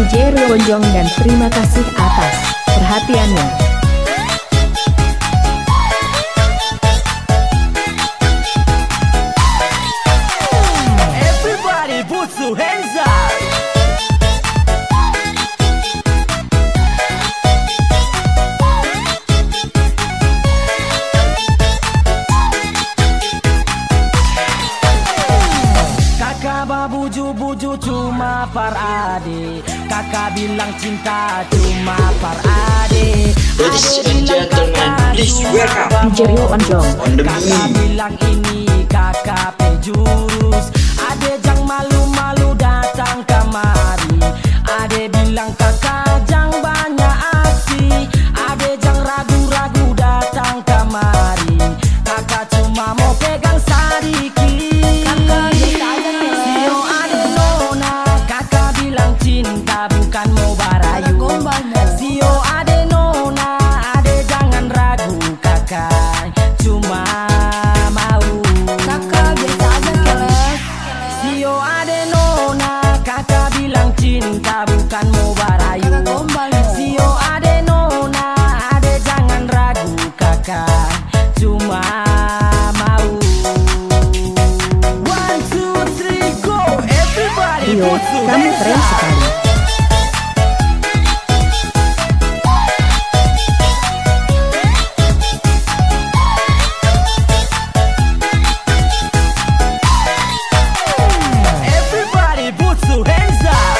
DJ Bonjong dan terima kasih atas perhatiannya. Everybody put your hands up. Kakak babuju-buju cuma par ade. Kakak bilang cinta cuma par ade. Ladies and gentlemen, please welcome DJ Bonjong on the Kakak beat. bilang ini kakak pejurus. Ade jang malu-malu datang kemari. Ade bilang kakak jang banyak aksi. Ade jang ragu-ragu datang kemari. Kakak cuma mau pegang sedikit. Sio ade nona, kakak bilang cinta bukan mau barayu. Sio ade nona, ade jangan ragu kakak cuma mau. Sio ade nona, kakak bilang cinta bukan mau barayu. Sio ade nona, ade jangan ragu kakak cuma mau. 1, 2, 3, go! Everybody Rio, put your kamu hands keren up. sekali. Everybody put your hands up.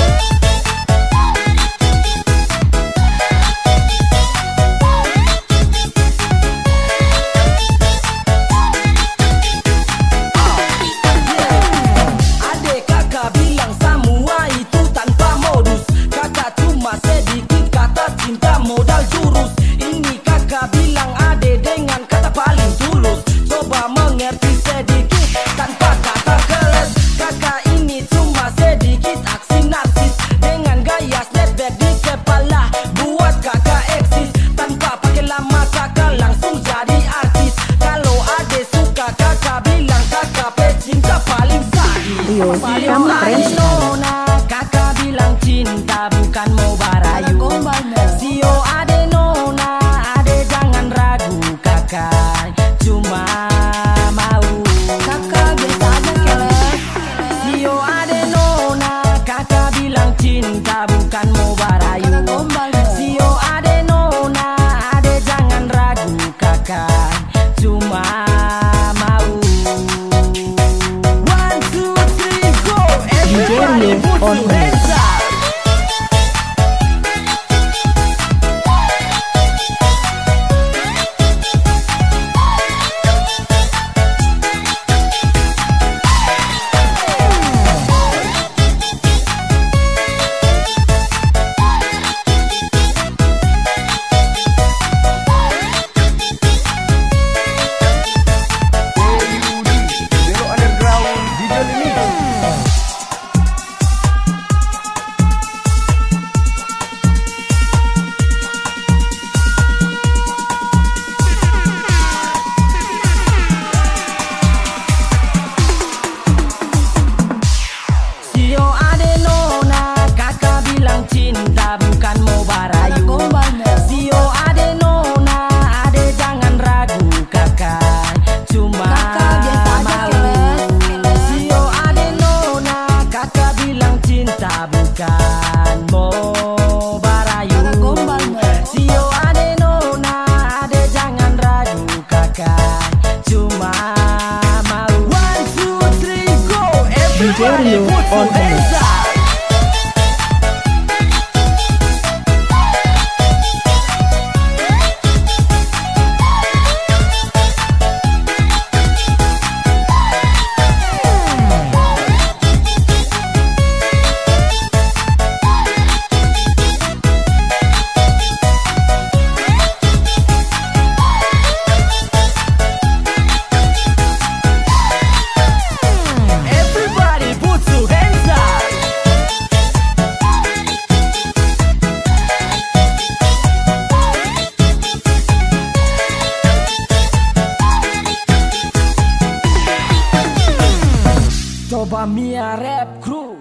Adik kakak bilang semua itu tanpa modus. Kakak cuma sedikit kata cinta modal jurus. Ini kakak bilang adik dengan kata paling tulus. Coba mengerti sedikit tanpa kata keles. Kakak ini cuma sedikit aksi narsis. Dengan gaya snapback di kepala buat kakak eksis. Tanpa pakai lama kakak langsung jadi artis. Kalau adik suka kakak bilang kakak pecinta paling sadis. Rio, kamu keren sekali. Nona, kakak bilang cinta bukan mau barayu. Sio ade nona, ade jangan ragu kakak cuma mau. Sio ade nona, kakak bilang cinta bukan mau barayu. Sio ade nona, ade jangan ragu kakak cuma mau. 1, 2, 3, go! Everybody Rio put on your the hands up. Sio ade nona, kakak bilang cinta bukan mau barayu. Sio ade nona, ade jangan ragu kakak cuma mau. Sio ade nona, kakak bilang cinta bukan mau barayu. Sio ade nona, ade jangan ragu kakak cuma mau. 1, 2, 3, go! Everybody Rio put your on the hands mix. up. Everybody put your hands up. Coba Mia Rap Crew.